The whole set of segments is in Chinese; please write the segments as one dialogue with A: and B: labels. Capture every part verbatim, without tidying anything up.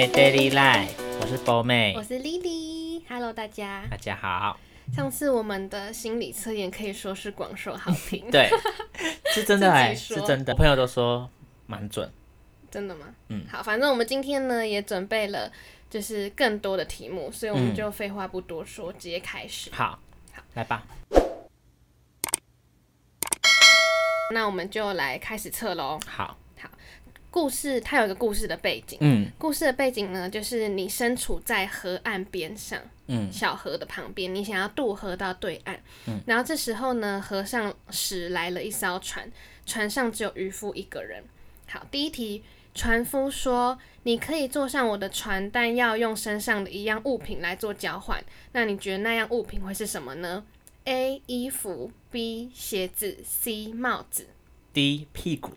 A: 妹 Daily Life， 我是波妹，
B: 我是 Lily。Hello， 大家，
A: 大家好。
B: 上次我们的心理测验可以说是广受好评，
A: 对，是真的哎，是真的，我朋友都说蛮准。
B: 真的吗？
A: 嗯，
B: 好，反正我们今天呢也准备了就是更多的题目，所以我们就废话不多说，嗯、直接开始。
A: 好，好，来吧。
B: 那我们就来开始测咯。
A: 好，
B: 好，故事它有一个故事的背景，嗯，故事的背景呢，就是你身处在河岸边上，嗯，小河的旁边，你想要渡河到对岸，嗯，然后这时候呢，河上驶来了一艘船，船上只有渔夫一个人。好，第一题，船夫说：“你可以坐上我的船，但要用身上的一样物品来做交换。那你觉得那样物品会是什么呢？ A. 衣服 B. 鞋子 C. 帽子
A: D. 屁股。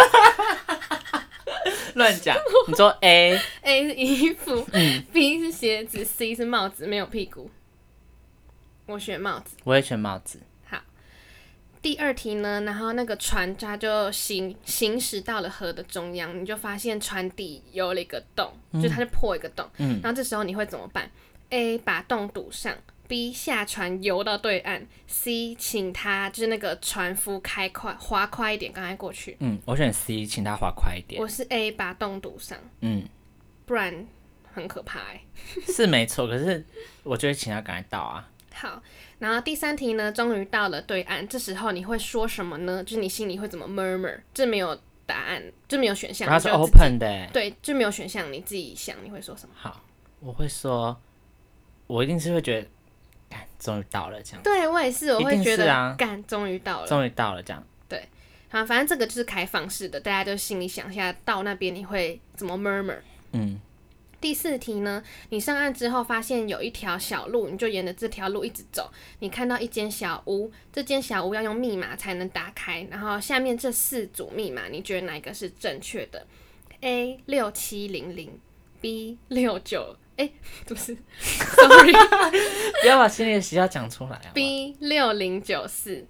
A: 乱讲，你说 A
B: A 是衣服、嗯、B 是鞋子 C 是帽子，没有屁股。我选帽子。
A: 我也选帽子。
B: 好，第二题呢，然后那个船它就行行驶到了河的中央，你就发现船底有了一个洞，嗯、就它就破一个洞，嗯，然后这时候你会怎么办？ A 把洞堵上，B 下船游到对岸 ，C 请他就是那个船夫开快划快一点，赶快过去。
A: 嗯，我选 C， 请他划快一点。
B: 我是 A 把洞堵上，嗯，不然很可怕哎、
A: 欸。是没错，可是我就会请他赶快到啊。
B: 好，然后第三题呢，终于到了对岸，这时候你会说什么呢？就是你心里会怎么 murmur？ 这没有答案，这没有选项，
A: 它是 open 的、欸，
B: 对，就没有选项，你自己想你会说什么？
A: 好，我会说，我一定是会觉得。干，终于到了这样。
B: 对，我也是，我会觉得干，终于、啊、到了，
A: 终于到了这样。
B: 对，好，反正这个就是开放式的，大家就心里想一下，到那边你会怎么 murmur。嗯。第四题呢，你上岸之后发现有一条小路，你就沿着这条路一直走，你看到一间小屋，这间小屋要用密码才能打开，然后下面这四组密码，你觉得哪一个是正确的 ？A 六七零零 B 六九。哎、欸，不是 ，sorry，
A: 不要把心里的喜好讲出来。
B: B 六零九四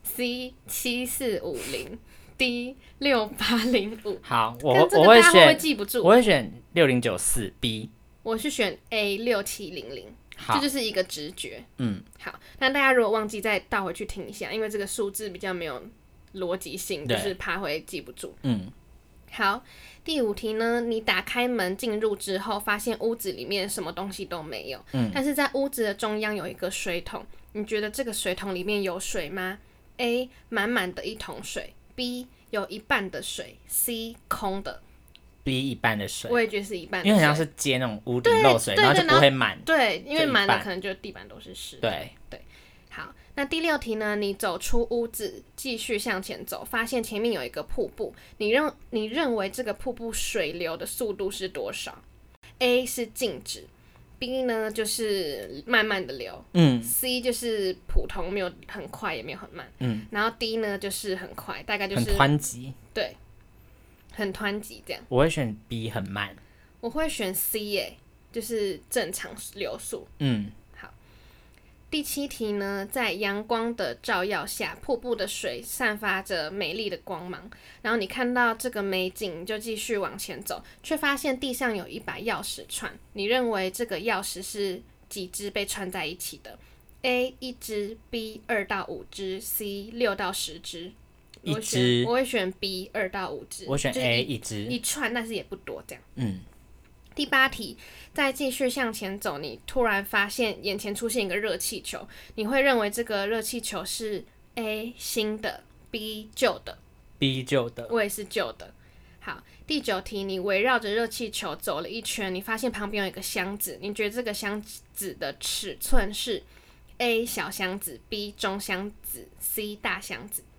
B: C 七四五零 D 六八零五。
A: 好，我我会选，
B: 会不会记不住？
A: 我会选六零九四 B。
B: 我是选 A 六七零零。这就是一个直觉。嗯，好，那大家如果忘记再倒回去听一下，因为这个数字比较没有逻辑性，就是怕会记不住。嗯。好，第五题呢，你打开门进入之后，发现屋子里面什么东西都没有，嗯，但是在屋子的中央有一个水桶，你觉得这个水桶里面有水吗？ A 满满的一桶水 B 有一半的水 C 空的。
A: B 一半的水。
B: 我也觉得是一半的水，
A: 因为很像是接那种屋顶漏水，然后就不会满。
B: 对，因为满了可能就地板都是湿。
A: 对
B: 对。好，那第六题呢？你走出屋子，继续向前走，发现前面有一个瀑布。你认你认为这个瀑布水流的速度是多少 ？A 是静止 ，B 呢就是慢慢的流，嗯 ，C 就是普通，没有很快也没有很慢，嗯，然后 D 呢就是很快，大概就是
A: 很湍急，
B: 对，很湍急这样。
A: 我会选 B 很慢，
B: 我会选 C 耶、欸，就是正常流速，嗯。第七题呢，在阳光的照耀下，瀑布的水散发着美丽的光芒。然后你看到这个美景，你就继续往前走，却发现地上有一把钥匙串。你认为这个钥匙是几只被串在一起的 ？A 一只 ，B 二到五只 ，C 六到十只。
A: 一只，
B: 我会选 B 二到五只。
A: 我选 A 一只，
B: 一串，但是也不多这样。嗯。第八题，再继续向前走，你突然发现眼前出现一个热气球，你会认为这个热气球是 A 新的 B 旧的
A: B 旧的，
B: 我也是旧的。好，第九题，你围绕着热气球走了一圈，你发现旁边有一个箱子，你觉得这个箱子的尺寸是 A 小箱子 B 中箱子 C 大箱子。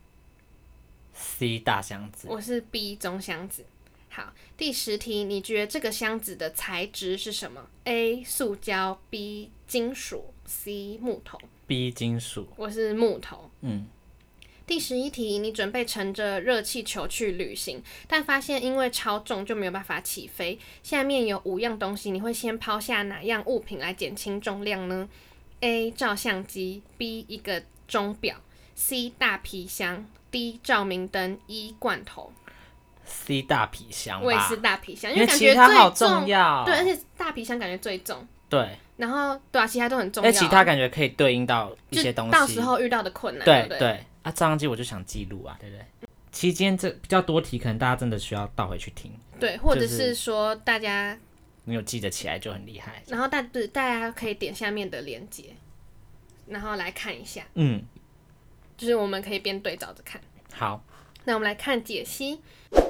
A: C 大箱子，
B: 我是 B 中箱子。好，第十题，你觉得这个箱子的材质是什么 ？A 塑胶 B 金属 C 木头。
A: B 金属，
B: 我是木头。嗯。第十一题，你准备乘着热气球去旅行，但发现因为超重就没有办法起飞。下面有五样东西，你会先抛下哪样物品来减轻重量呢？ A 照相机 B 一个钟表 C 大皮箱 D 照明灯 E 罐头。
A: C 大皮箱吧，
B: 我也是大皮箱，因
A: 为
B: 感觉
A: 其他好
B: 重
A: 要，
B: 对，而且大皮箱感觉最重，
A: 对，
B: 然后对啊，其他都很重要，
A: 而且其他感觉可以对应到一些东西，
B: 到时候遇到的困难，
A: 对
B: 对对
A: 对啊，照相机我就想记录啊，对不对？期间这比较多题，可能大家真的需要倒回去听，
B: 对，或者是说大家、就是、
A: 你有记得起来就很厉害，
B: 然后大不是大家可以点下面的连结，然后来看一下，
A: 嗯，
B: 就是我们可以边对照着看。
A: 好，
B: 那我们来看解析。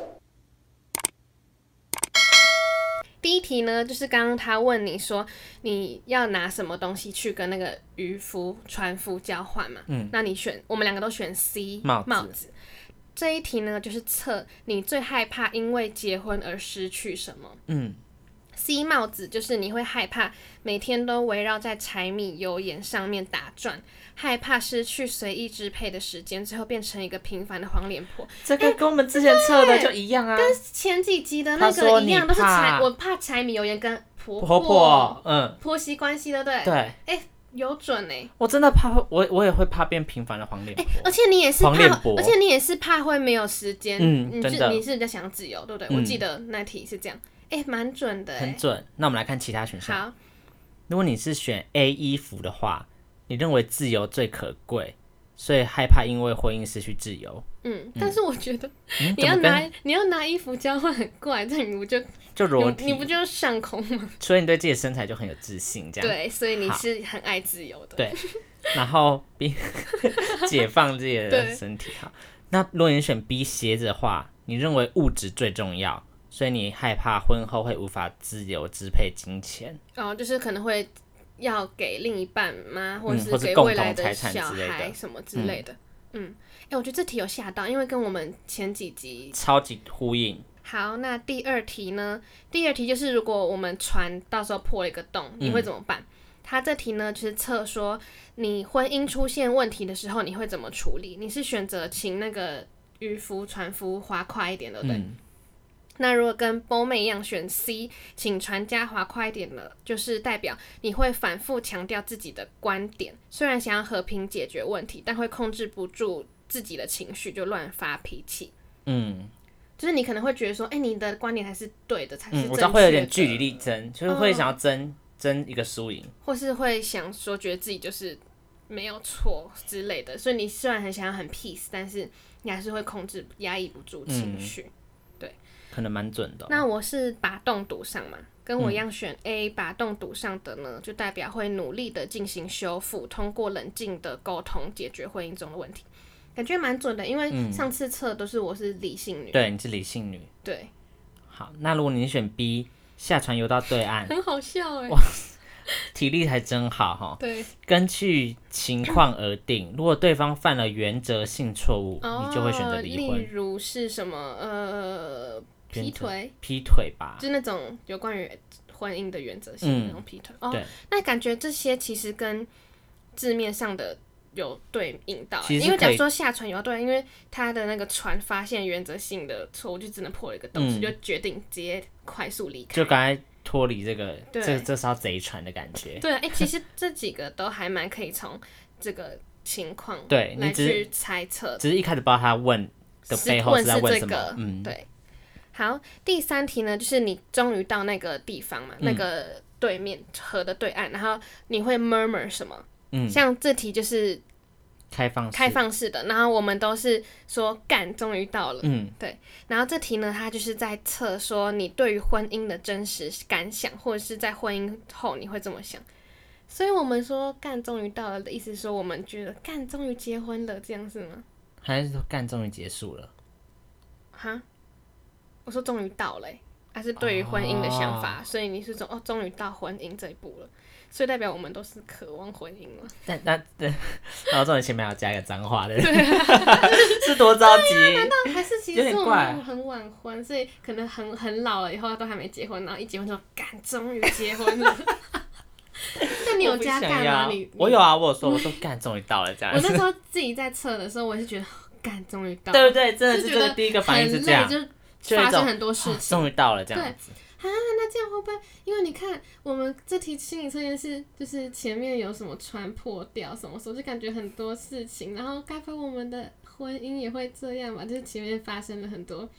B: 第一题呢，就是刚刚他问你说你要拿什么东西去跟那个渔夫、船夫交换嘛？嗯，那你选，我们两个都选 C
A: 帽子。
B: 帽子。这一题呢，就是测你最害怕因为结婚而失去什么。嗯 ，C 帽子就是你会害怕每天都围绕在柴米油盐上面打转，害怕失去随意支配的时间，最后变成一个平凡的黄脸婆。
A: 这个跟我们之前测的就一样啊，
B: 跟前几集的那个一样，都是柴，我怕柴米油盐跟婆婆，
A: 婆婆嗯，
B: 婆媳关系的，对
A: 对，
B: 哎、欸，有准哎、欸，
A: 我真的怕，我我也会怕变平凡的黄脸婆、欸，
B: 而且你也是怕，而且你也是怕会没有时间，嗯，真的，你是比较想自由，对不对？嗯、我记得那题是这样，哎、欸，蛮准的、欸，
A: 很准。那我们来看其他选项。
B: 好，
A: 如果你是选 A 衣服的话，你认为自由最可贵，所以害怕因为婚姻失去自由。
B: 嗯，但是我觉得你要拿、嗯、你要拿衣服交换很怪，这你不就
A: 就裸体，
B: 你不就上空吗？
A: 所以你对自己的身材就很有自信，这样
B: 对，所以你是很爱自由的。
A: 对，然后 B 解放自己的身体。好，那如果你选 B 鞋子的话，你认为物质最重要，所以你害怕婚后会无法自由支配金钱。
B: 哦，就是可能会要给另一半吗？或者是给
A: 未
B: 来的小孩什么之类的。嗯，哎、嗯欸，我觉得这题有吓到，因为跟我们前几集
A: 超级呼应。
B: 好，那第二题呢？第二题就是如果我们船到时候破了一个洞，你会怎么办？它、嗯、这题呢就是测说你婚姻出现问题的时候，你会怎么处理？你是选择请那个渔夫、船夫划快一点，对不对？嗯，那如果跟波妹一样选 C， 请船家划快一点了，就是代表你会反复强调自己的观点，虽然想要和平解决问题，但会控制不住自己的情绪，就乱发脾气。嗯，就是你可能会觉得说，哎、欸，你的观点才是对的，才是正确的。嗯，
A: 我知道会有点据理力争，就是会想要争争、嗯、一个输赢，
B: 或是会想说觉得自己就是没有错之类的。所以你虽然很想要很 peace， 但是你还是会控制、压抑不住情绪。嗯，
A: 可能蛮准的。哦，
B: 那我是把洞堵上嘛，跟我一样选 A， 把洞堵上的呢，就代表会努力的进行修复，通过冷静的沟通解决婚姻中的问题，感觉蛮准的。因为上次测都是我是理性女，
A: 嗯，对，你是理性女，
B: 对。
A: 好，那如果你选 B， 下船游到对岸，
B: 很好笑哎，
A: 哇，体力还真好哈。
B: 对，
A: 根据情况而定，如果对方犯了原则性错误，哦，你就会选择离婚。
B: 例如是什么呃？劈腿，
A: 劈腿吧，
B: 就那种有关于婚姻的原则性的那种劈腿。嗯，哦，那感觉这些其实跟字面上的有对应到，因为假如说下船游对，因为他的那个船发现原则性的错误，就只能破了一个洞，嗯，就决定直接快速离开，
A: 就赶快脱离这个这这艘贼船的感觉。
B: 对，哎，欸，其实这几个都还蛮可以从这个情况
A: 对
B: 来去猜测，
A: 只是一开始不知道他问的背后是在问什么。
B: 这个，嗯，对。好，第三题呢，就是你终于到那个地方嘛，嗯，那个对面河的对岸，然后你会 murmur 什么？嗯，像这题就是
A: 开放式
B: 开放式的，然后我们都是说干，终于到了，嗯，对。然后这题呢，它就是在测说你对于婚姻的真实感想，或者是在婚姻后你会这么想。所以我们说干终于到了的意思是说，我们觉得干终于结婚了，这样是吗？
A: 还是说干终于结束了？
B: 哈？我说终于到了，欸，还是对于婚姻的想法， oh. 所以你是说哦，终于到婚姻这一步了，所以代表我们都是渴望婚姻了。
A: 但那然后重点前面还要加一个脏话的，对啊，是多着急？
B: 难道还是其实我们很晚婚，所以可能很很老了以后都还没结婚，然后一结婚就干，终于结婚了。那你有加干吗？你
A: 我有啊，我有说我说干，终于到了这样。
B: 我那时候自己在测的时候，我也是觉得干，终于到了，
A: 对不对？真的是这个第一个反应是这样。
B: 发生很多事情，
A: 终于到了这样子。
B: 对啊，那这样会不会？因为你看，我们这题心理测验是，就是前面有什么船破掉什么，所以就感觉很多事情。然后，该不会我们的婚姻也会这样吧？就是前面发生了很多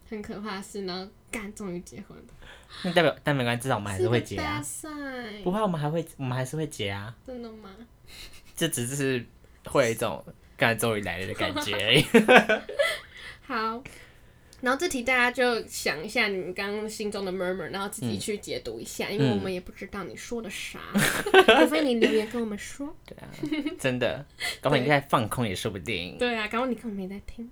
B: 很可怕的事，然后干终于结婚了。
A: 那代表，但没关系，至少我们还是会结啊。
B: 是大赛
A: 不怕，我们还会，我们还是会结啊。
B: 真的吗？
A: 这只是会有一种干终于来了的感觉而已。
B: 好。然后这题大家就想一下你们刚刚心中的 murmur， 然后自己去解读一下，嗯、因为我们也不知道你说的啥，除非你留言跟我们说。
A: 对啊，真的，搞不好你在放空也说不定。
B: 对啊，搞不好你根本没在听。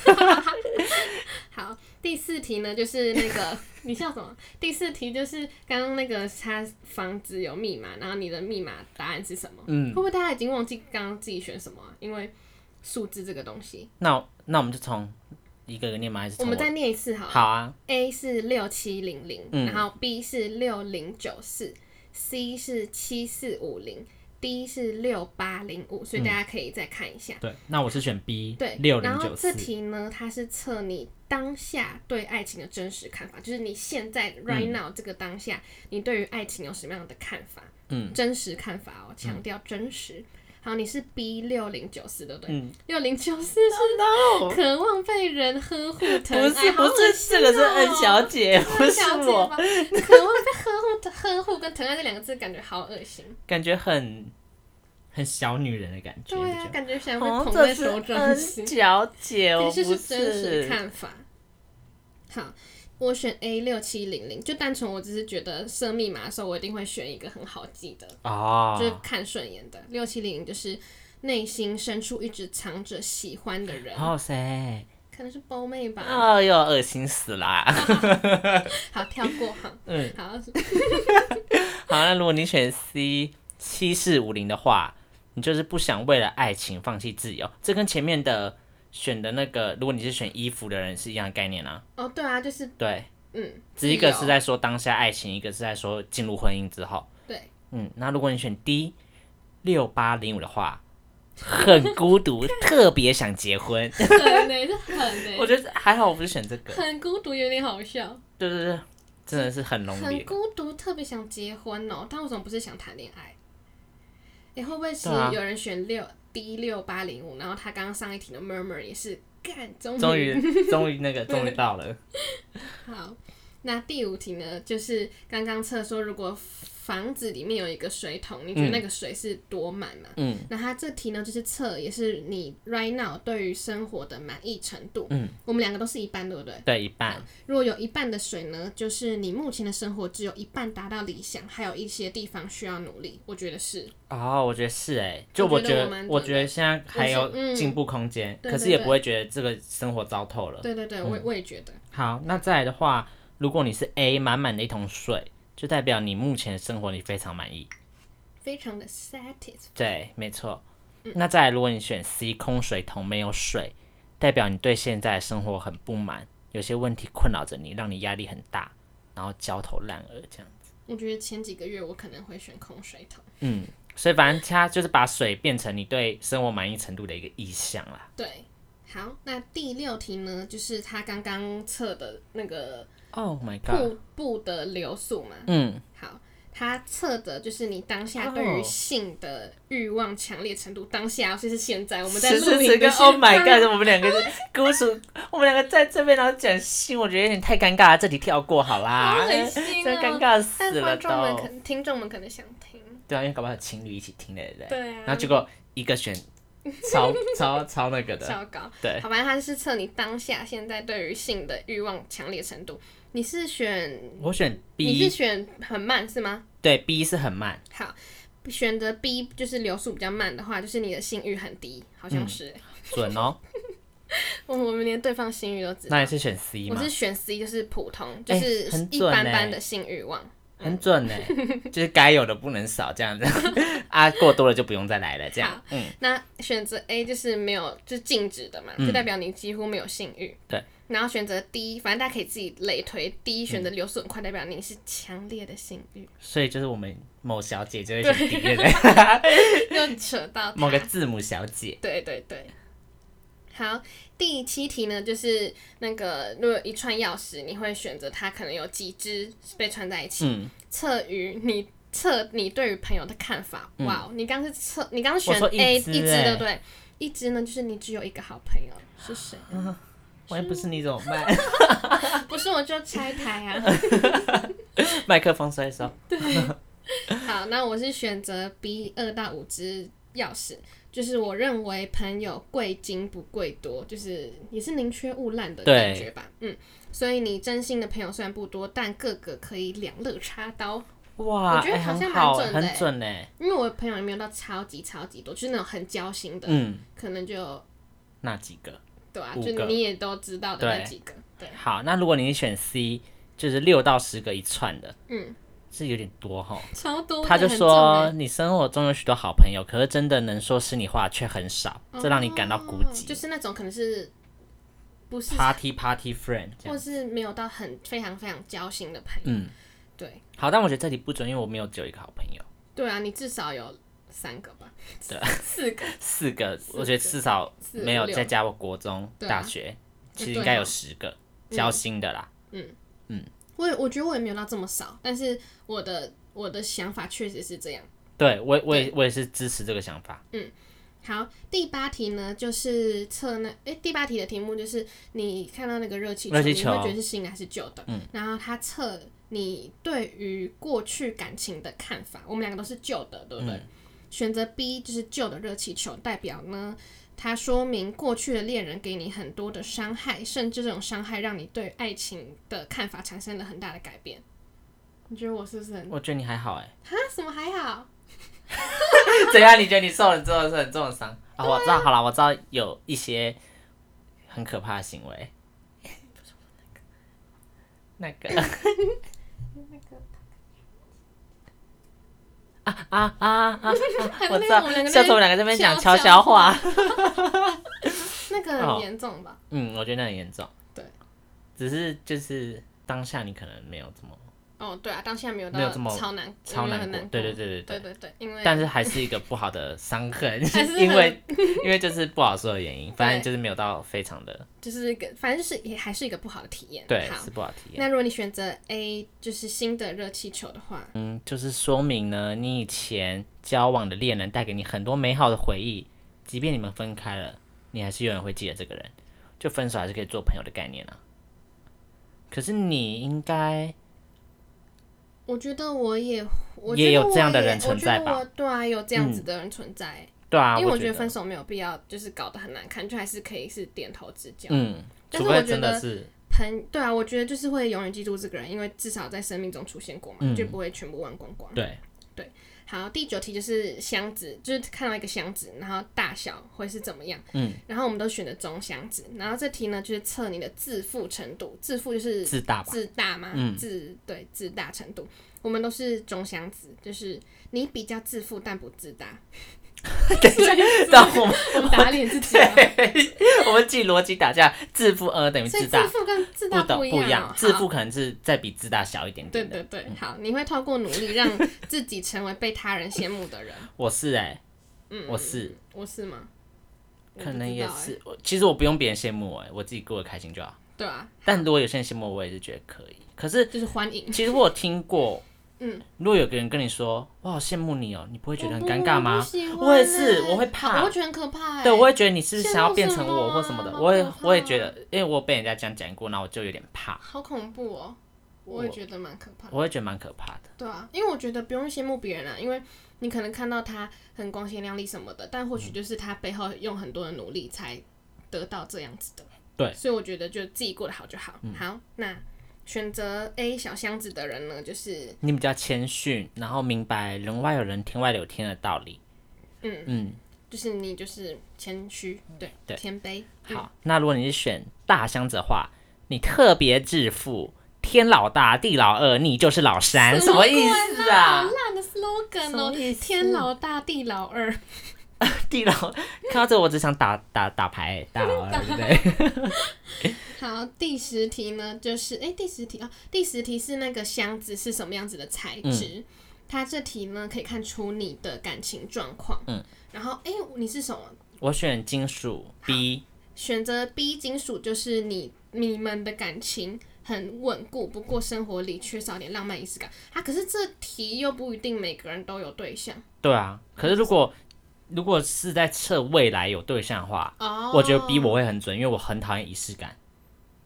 B: 好，第四题呢，就是那个你笑什么？第四题就是刚刚那个他房子有密码，然后你的密码答案是什么？嗯，会不会大家已经忘记刚刚自己选什么、啊？因为数字这个东西。
A: 那那我们就从。一个个念吗？还是
B: 我们再念一次好了。
A: 好啊。
B: A 是六七零零，然后 B 是六零九四 ，C 是七四五零 ，D 是六八零五，所以大家可以再看一下。
A: 嗯、对，那我是选 B。
B: 对，
A: 六零九四。
B: 然后这题呢，它是测你当下对爱情的真实看法，就是你现在 right now、嗯、这个当下，你对于爱情有什么样的看法？嗯，真实看法哦，强调真实。嗯好，你是 B 六零九四对不对？六零九四是渴望被人呵护疼爱，
A: 不是不是，这个是 N 小姐，不是我。
B: 渴望被呵护、呵护跟疼爱这两个字，感觉好恶心，
A: 感觉很很小女人的感觉。
B: 对啊，感觉想被捧在手掌心。
A: N 小姐，我不是。
B: 其实是真实看法。好。我选 A 六七零零，就单纯我只是觉得设密码的时候，我一定会选一个很好记的，哦、就是看顺眼的。六七零零就是内心深处一直藏着喜欢的人。
A: 好谁？
B: 可能是包妹吧。
A: 哎呦，恶心死啦！
B: 好，跳过哈。嗯，好。
A: 好，那如果你选 C 七四五零的话，你就是不想为了爱情放弃自由，这跟前面的。选的那个，如果你是选衣服的人，是一样的概念啊。
B: 哦，对啊，就是
A: 对，
B: 嗯，
A: 只一个是在说当下爱情，一个是在说进入婚姻之后。
B: 对，
A: 嗯，那如果你选 D 六八零五的话，很孤独，特别想结婚。
B: 很欸，是很欸。
A: 我觉得还好，我不是选这个。
B: 很孤独，有点好笑。
A: 对对对，真的是很浓烈。
B: 很孤独，特别想结婚哦，但为什么不是想谈恋爱？哎、欸，会不会是有人选六？D 六八零五，然后他刚刚上一题的 murmur 也是干，终
A: 于终于那个终于到了。
B: 好，那第五题呢，就是刚刚测说，如果房子里面有一个水桶，你觉得那个水是多满嘛？嗯，那它这题呢，就是测也是你 right now 对于生活的满意程度。嗯，我们两个都是一半，对不对？
A: 对，一半。
B: 如果有一半的水呢，就是你目前的生活只有一半达到理想，还有一些地方需要努力。我觉得是。
A: 哦，我觉得是哎、欸，就我觉得，我觉得, 我觉得现在还有进步空间、嗯，可是也不会觉得这个生活糟透了。
B: 对对对，嗯、我我也觉得。
A: 好，那再来的话，如果你是 A 满满的一桶水。就代表你目前的生活你非常满意，
B: 非常的 satisfied。
A: 对，没错、嗯。那再来，如果你选 C 空水桶没有水，代表你对现在的生活很不满，有些问题困扰着你，让你压力很大，然后焦头烂额这样子。
B: 我觉得前几个月我可能会选空水桶。
A: 嗯，所以反正它就是把水变成你对生活满意程度的一个意向啦。
B: 对，好，那第六题呢，就是他刚刚测的那个。
A: Oh my god！
B: 布布的流速嘛，嗯，好，它测的就是你当下对于性的欲望强烈程度。当下就是现在我们在录音的时候
A: ，Oh my god！ 我们两个是孤属，我们两个在这边然后讲性，我觉得有点太尴尬了，这题跳过好啦，
B: 好恶心哦，
A: 真尴尬死了都。
B: 但观众们可听众们可能想听，
A: 对啊，因为搞不好有情侣一起听的，对不对？
B: 对啊。
A: 然后结果一个选。超超超那个的，
B: 超高。
A: 对，
B: 好，反正它是测你当下现在对于性的欲望强烈程度。你是选？
A: 我选 B。
B: 你是选很慢是吗？
A: 对 ，B 是很慢。
B: 好，选择 B 就是流速比较慢的话，就是你的性欲很低，好像是、欸。
A: 准、嗯、哦。
B: 我我们连对方性欲都知道。
A: 那你是选 C 吗？
B: 我是选 C， 就是普通，就是一般般的性欲望。
A: 欸很准呢、欸，就是该有的不能少，这样子啊，过多了就不用再来了，这样。嗯，
B: 那选择 A 就是没有，就是静止的嘛，嗯、就代表你几乎没有性欲。
A: 对。
B: 然后选择 D， 反正大家可以自己类推 ，D 选择流速很快，代表你是强烈的性欲。
A: 所以就是我们某小姐就会选 D， 对不对？
B: 又扯到
A: 某个字母小姐。
B: 对对对。好，第七题呢，就是那个如果一串钥匙，你会选择它可能有几只被串在一起，嗯、测于你测你对于朋友的看法。嗯、哇，你刚是测，你刚选 A 一只，对不对？一只呢，就是你只有一个好朋友，是谁、啊？
A: 万一不是你怎么办？
B: 不是我就拆台啊。
A: 麦克风摔烧。
B: 对。好，那我是选择 B 二到五支钥匙，就是我认为朋友贵精不贵多，就是也是宁缺毋滥的感觉吧。嗯，所以你真心的朋友虽然不多，但个个可以两肋插刀。
A: 哇，
B: 我觉得好像蛮准的、欸
A: 欸，很准哎、欸。
B: 因为我的朋友也没有到超级超级多，就是那种很交心的，嗯，可能就
A: 那几个，
B: 对啊，就你也都知道的那几个。对，
A: 好，那如果你选 C， 就是六到十个一串的，嗯，是有点多齁，
B: 超多。
A: 他就说、欸、你生活中有许多好朋友，可是真的能说心里话却很少，哦、这让你感到孤寂。
B: 就是那种可能是不是
A: party party friend，
B: 或是没有到很非常非常交心的朋友。嗯。对，
A: 好，但我觉得这题不准，因为我没有只有一个好朋友。
B: 对啊，你至少有三个吧？
A: 对，
B: 四个，
A: 四个，我觉得至少没有再加我国中、大学，其实应该有十个交心的啦。嗯
B: 嗯，我也我觉得我也没有到这么少，但是我的我的想法确实是这样。
A: 对，我我也我也是支持这个想法。
B: 嗯，好，第八题呢，就是测那哎，第八题的题目就是你看到那个热气球，你会觉得是新的还是旧的？嗯，然后它测你对于过去感情的看法，我们两个都是旧的，对不对？嗯、选择 B 就是旧的热气球，代表呢，它说明过去的恋人给你很多的伤害，甚至这种伤害让你对爱情的看法产生了很大的改变。你觉得我是不是很？
A: 我觉得你还好哎、
B: 欸。哈？什么还好？
A: 怎样？你觉得你受了之后是很重的伤啊？我知道，好了，我知道有一些很可怕的行为。那个。那个啊啊啊啊！我知道，下次我们两个这边讲悄悄话。
B: 那个很严重吧、哦？
A: 嗯，我觉得那很严重。
B: 对，
A: 只是就是当下你可能没有这么。
B: 哦，对啊，当下没有到超难，
A: 超难
B: 过，
A: 对对对对
B: 对对对，因为
A: 但是还是一个不好的伤痕，因为因为就是不好说的原因，反正就是没有到非常的，
B: 就是一个反正就是也还是一个不好的体验，
A: 对，是不好的体验。
B: 那如果你选择 A， 就是新的热气球的话，
A: 嗯，就是说明呢，你以前交往的恋人带给你很多美好的回忆，即便你们分开了，你还是永远会记得这个人，就分手还是可以做朋友的概念啊。可是你应该。
B: 我觉得我也，我
A: 也有这样的人存在吧？
B: 我对啊，有这样子的人存在、欸嗯。
A: 对啊，
B: 因为我
A: 觉
B: 得分手没有必要，就是搞得很难看，就还是可以是点头之交。
A: 嗯，
B: 但是我觉得朋对啊，我觉得就是会永远记住这个人，因为至少在生命中出现过嘛，嗯、就不会全部忘光光。
A: 对
B: 对。好，第九题就是箱子，就是看到一个箱子，然后大小会是怎么样？嗯，然后我们都选的中箱子，然后这题呢就是测你的自负程度，自负就是
A: 自大吧？
B: 自大嘛，嗯，自对自大程度，我们都是中箱子，就是你比较自负但不自大。
A: 等一下，让我们
B: 我们打脸自己、啊，
A: 我们记逻辑打架，自负呃等于自大，
B: 自负跟自大不一样、
A: 不一样，自负可能是再比自大小一点点
B: 的。对对对，好，你会透过努力让自己成为被他人羡慕的人。
A: 我是哎、欸，嗯，我是，
B: 我是吗？
A: 可能也是，欸、其实我不用别人羡慕哎、欸，我自己过得开心就好。
B: 对啊，
A: 但如果有些人羡慕我，我也是觉得可以。可是
B: 就是欢迎。
A: 其实我有听过。嗯，如果有个人跟你说“我好羡慕你哦”，你不会觉得很尴尬吗？我, 我也是，我会怕，
B: 我会觉得很可怕、欸。
A: 对，我会觉得你是不是想要变成我或什么的，我也我也觉得，因为我被人家这样讲过，然后我就有点怕。
B: 好恐怖哦！我也觉得蛮可怕的。
A: 我会觉得蛮可怕的。
B: 对啊，因为我觉得不用羡慕别人啊，因为你可能看到他很光鲜亮丽什么的，但或许就是他背后用很多的努力才得到这样子的。
A: 对，
B: 所以我觉得就自己过得好就好。嗯、好，那。选择 A 小箱子的人呢，就是
A: 你比较谦逊，然后明白人外有人，天外有天的道理。
B: 嗯嗯，就是你就是谦虚，对对，谦卑。
A: 好、嗯，那如果你是选大箱子的话，你特别致富，天老大地老二，你就是老三，什么意思啊？
B: 好烂的 slogan 哦！天老大地老二。
A: 地老看到这我只想打打打牌，大老二对不对？
B: 好，第十题呢，就是哎、欸，第十题啊、哦，第十题是那个箱子是什么样子的材质？嗯、它这题呢可以看出你的感情状况。嗯，然后哎、欸，你是什么？
A: 我选金属 B，
B: 选择 B 金属就是你你们的感情很稳固，不过生活里缺少点浪漫仪式感。啊，可是这题又不一定每个人都有对象。
A: 对啊，可是如果。如果是在测未来有对象的话， oh, 我觉得 B 我会很准，因为我很讨厌仪式感。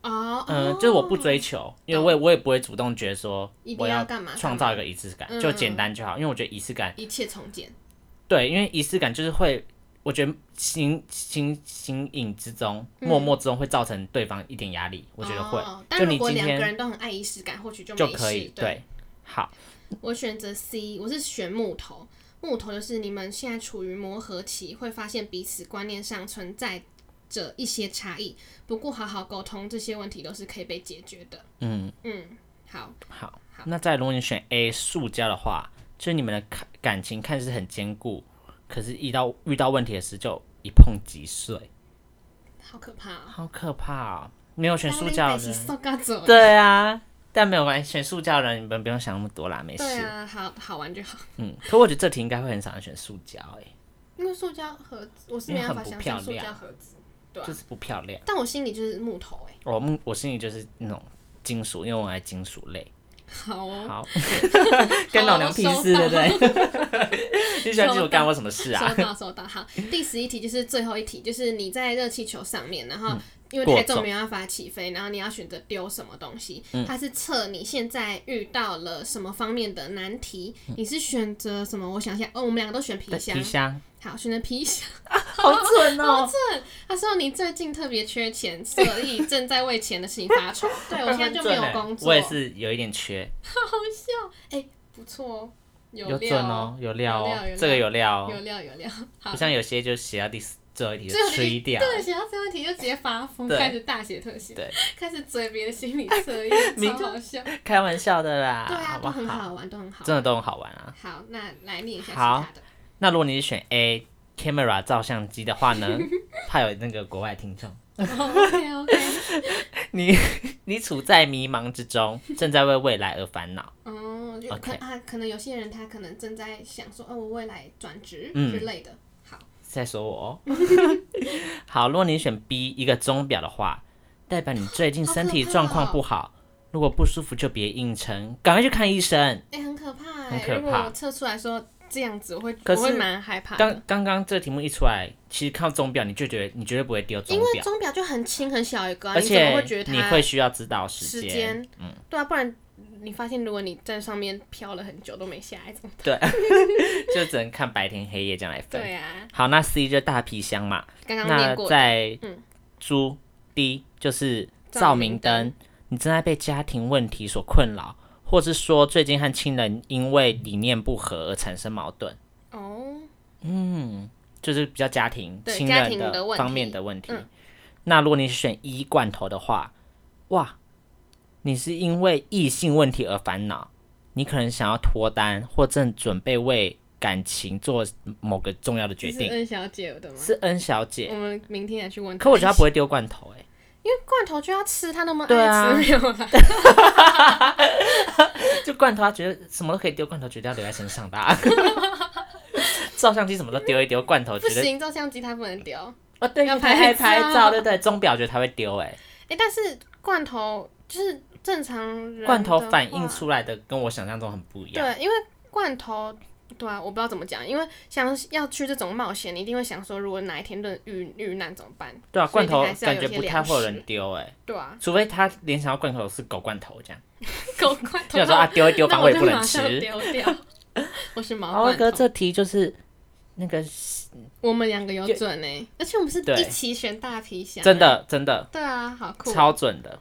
B: 哦，
A: 嗯、呃，就是我不追求，因为我也我也不会主动觉得说我要创造一个仪式感，就简单就好。因为我觉得仪式感
B: 一切从简。
A: 对，因为仪式感就是会，我觉得行行行影之中，默默之中会造成对方一点压力，我觉得会。
B: 哦、但如果两个人都很爱仪式感，或许就没事
A: 就可以。对，好。
B: 我选择 C， 我是选木头。木头就是你们现在处于磨合期，会发现彼此观念上存在着一些差异，不过好好沟通，这些问题都是可以被解决的。嗯嗯，好，
A: 好，好。那再如果你选 A 塑胶的话，就是你们的感情看似很坚固，可是遇到遇到问题的时就一碰即碎，
B: 好可怕、哦，
A: 好可怕哦！没有选塑胶的人，
B: 对
A: 啊。但没有关系，选塑胶的人你们不用想那么多啦，没事。
B: 对啊，好好玩就好。
A: 嗯，可我觉得这题应该会很少人选塑胶诶，
B: 因为塑胶盒子，我是没办法想象塑胶盒子，对、啊，
A: 就是不漂亮。
B: 但我心里就是木头诶。
A: 我木我心里就是那种金属，因为我爱金属类。
B: 好哦，
A: 好，跟老娘屁事，对不对？你喜欢金属干我什么事啊？
B: 收到，收到。好，第十一题就是最后一题，就是你在热气球上面，然后。嗯因为太重没办法起飞，然后你要选择丢什么东西，嗯、它是测你现在遇到了什么方面的难题。嗯、你是选择什么？我想想，哦，我们两个都选皮箱。
A: 皮箱，
B: 好，选择皮箱，
A: 啊、好准哦，
B: 好准。他说你最近特别缺钱，所以正在为钱的事情发愁。对我现在就没有工作，
A: 我也是有一点缺。
B: 好好笑，哎、欸，不错哦，有
A: 料有准哦，有料哦，
B: 有料
A: 这个有料、哦，
B: 有料有料。
A: 不像有些就写到第四。最后一题就吹掉，
B: 对，写到最后一题就直接发疯，开始大写特写，
A: 对，
B: 开始嘴别的心理测验，超好笑，
A: 开玩笑的啦，
B: 对啊，
A: 好不好？
B: 都很好玩，都很好玩，
A: 真的都很好玩啊。
B: 好，那来念一下其他的。
A: 那如果你是选 A camera 照相机的话呢，怕有那个国外听众。
B: OK OK，
A: 你你处在迷茫之中，正在为未来而烦恼。
B: 哦，就可、okay. 啊，可能有些人他可能正在想说，哦，我未来转职之类的。嗯
A: 在说我哦，好，如果你选 B 一个钟表的话，代表你最近身体状况不好，好哦、如果不舒服就别硬撑，赶快去看医生。
B: 哎、欸，很可怕，
A: 很可怕。
B: 如果我测出来说这样子，我会我会蛮害怕的。
A: 刚刚刚这个题目一出来，其实看到钟表，你就觉得你绝对不会丢钟表，
B: 因为钟表就很轻很小一个、啊，
A: 而且
B: 你怎么会觉得它
A: 你会需要知道时
B: 间，
A: 嗯，
B: 对啊，不然。你发现如果你在上面飘了很久都没下来怎么办？
A: 对，就只能看白天黑夜这样来分。
B: 对啊。
A: 好，那 C 就是大皮箱嘛，
B: 刚刚念过的。
A: 那在猪 D 就是照明灯，你正在被家庭问题所困扰，或是说最近和亲人因为理念不合而产生矛盾。哦。嗯，就是比较家庭、亲人的方面的问题。嗯、那如果你选一罐头的话，哇。你是因为异性问题而烦恼，你可能想要脱单，或正准备为感情做某个重要的决定。
B: 是 N 小姐的吗？
A: 是 N 小姐。
B: 我们明天来去问她。
A: 可我觉得她不会丢罐头哎、欸，
B: 因为罐头就要吃，她那么爱
A: 吃，啊、
B: 没有啦。
A: 就罐头，她觉得什么都可以丢，罐头绝对要留在身上的、啊。照相机什么都丢一丢，罐头觉得
B: 不行，照相机它不能丢。
A: 哦，对，要拍拍照，对对，钟表觉得她会丢哎、欸。
B: 哎、欸，但是罐头就是。正常人
A: 罐头反映出来的跟我想象中很不一样。
B: 对，因为罐头，对啊，我不知道怎么讲，因为想要去这种冒险，你一定会想说，如果哪一天论遇遇难怎么办？
A: 对啊，罐头感觉不太会有人丢哎、欸。
B: 对啊，
A: 除非他联想到罐头是狗罐头这样。
B: 狗罐头。
A: 就说啊，丢一丢，反胃不能吃。
B: 丢掉。我是毛罐头。
A: 哥，这题就是那个。
B: 我们两个有准哎、欸，而且我们是一起选大皮箱、欸。
A: 真的，真的。
B: 对啊，好酷。
A: 超准的。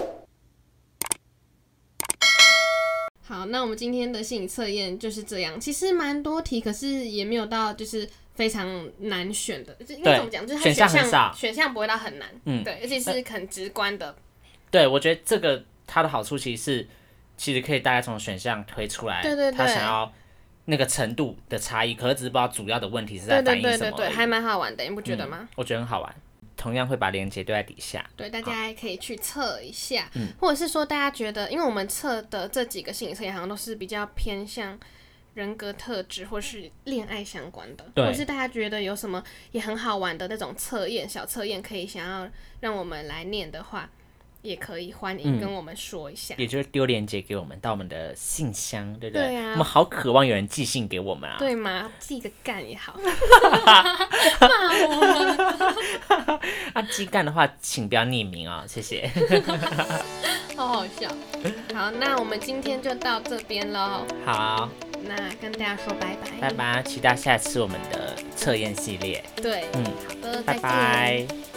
B: 好，那我们今天的心理测验就是这样，其实蛮多题，可是也没有到就是非常难选的，应该怎么讲？就是它选项很少，选项不会到很难，嗯，对，而且是很直观的。
A: 对，我觉得这个它的好处其实是，其实可以大概从选项推出来，
B: 对对对，
A: 他想要那个程度的差异，可是只是不知道主要的问题是在反映什么而已。
B: 对对对对对，还蛮好玩的，你不觉得吗？
A: 嗯，我觉得很好玩。同样会把链接丢在底下，
B: 对，大家可以去测一下，嗯，或者是说大家觉得，因为我们测的这几个心理测验好像都是比较偏向人格特质或是恋爱相关的，或者是大家觉得有什么也很好玩的那种测验小测验，可以想要让我们来念的话， 也可以欢迎跟我们说一下，
A: 嗯、也就是丢链接给我们到我们的信箱，对不对？
B: 对啊，
A: 我们好渴望有人寄信给我们啊，
B: 对吗？寄个干也好，骂我们
A: 啊，寄干的话，请不要匿名啊、哦，谢谢。
B: 好好笑。好，那我们今天就到这边喽。
A: 好，
B: 那跟大家说拜拜，
A: 拜拜，期待下次我们的测验系列。
B: 对，嗯，好的，
A: 拜拜。